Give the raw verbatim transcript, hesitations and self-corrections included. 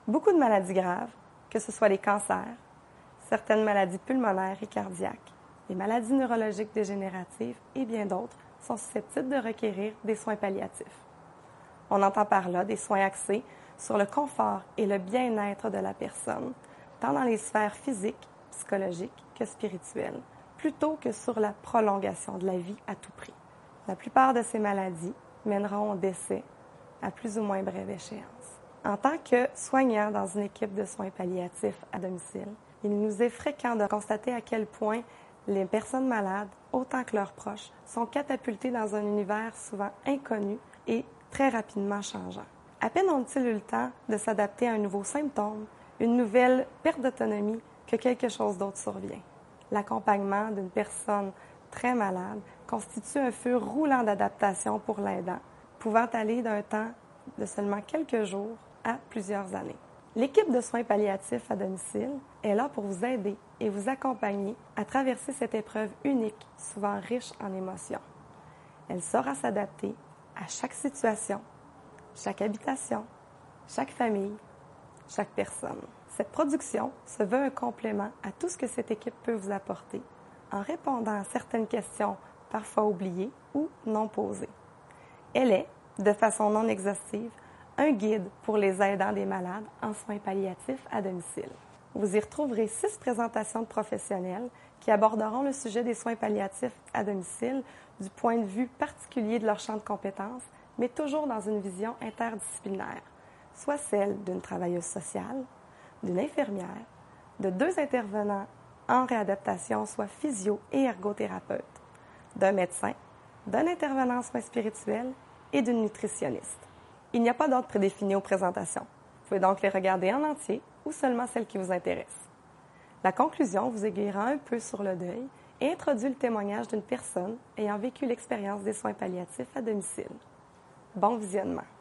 Beaucoup de maladies graves, que ce soit les cancers, certaines maladies pulmonaires et cardiaques, les maladies neurologiques dégénératives et bien d'autres sont susceptibles de requérir des soins palliatifs. On entend par là des soins axés sur le confort et le bien-être de la personne, tant dans les sphères physiques, psychologiques que spirituelles, plutôt que sur la prolongation de la vie à tout prix. La plupart de ces maladies mèneront au décès à plus ou moins brève échéance. En tant que soignant dans une équipe de soins palliatifs à domicile, il nous est fréquent de constater à quel point les personnes malades, autant que leurs proches, sont catapultées dans un univers souvent inconnu et très rapidement changeant. À peine ont-ils eu le temps de s'adapter à un nouveau symptôme, une nouvelle perte d'autonomie, que quelque chose d'autre survient. L'accompagnement d'une personne très malade constitue un feu roulant d'adaptation pour l'aidant, pouvant aller d'un temps de seulement quelques jours à plusieurs années. L'équipe de soins palliatifs à domicile est là pour vous aider et vous accompagner à traverser cette épreuve unique, souvent riche en émotions. Elle saura s'adapter à chaque situation, chaque habitation, chaque famille, chaque personne. Cette production se veut un complément à tout ce que cette équipe peut vous apporter en répondant à certaines questions parfois oubliées ou non posées. Elle est, de façon non exhaustive, un guide pour les aidants des malades en soins palliatifs à domicile. Vous y retrouverez six présentations de professionnels qui aborderont le sujet des soins palliatifs à domicile du point de vue particulier de leur champ de compétences, mais toujours dans une vision interdisciplinaire, soit celle d'une travailleuse sociale, d'une infirmière, de deux intervenants en réadaptation, soit physio et ergothérapeute, d'un médecin, d'un intervenant en soins spirituels et d'une nutritionniste. Il n'y a pas d'ordre prédéfini aux présentations. Vous pouvez donc les regarder en entier ou seulement celles qui vous intéressent. La conclusion vous aiguillera un peu sur le deuil et introduit le témoignage d'une personne ayant vécu l'expérience des soins palliatifs à domicile. Bon visionnement!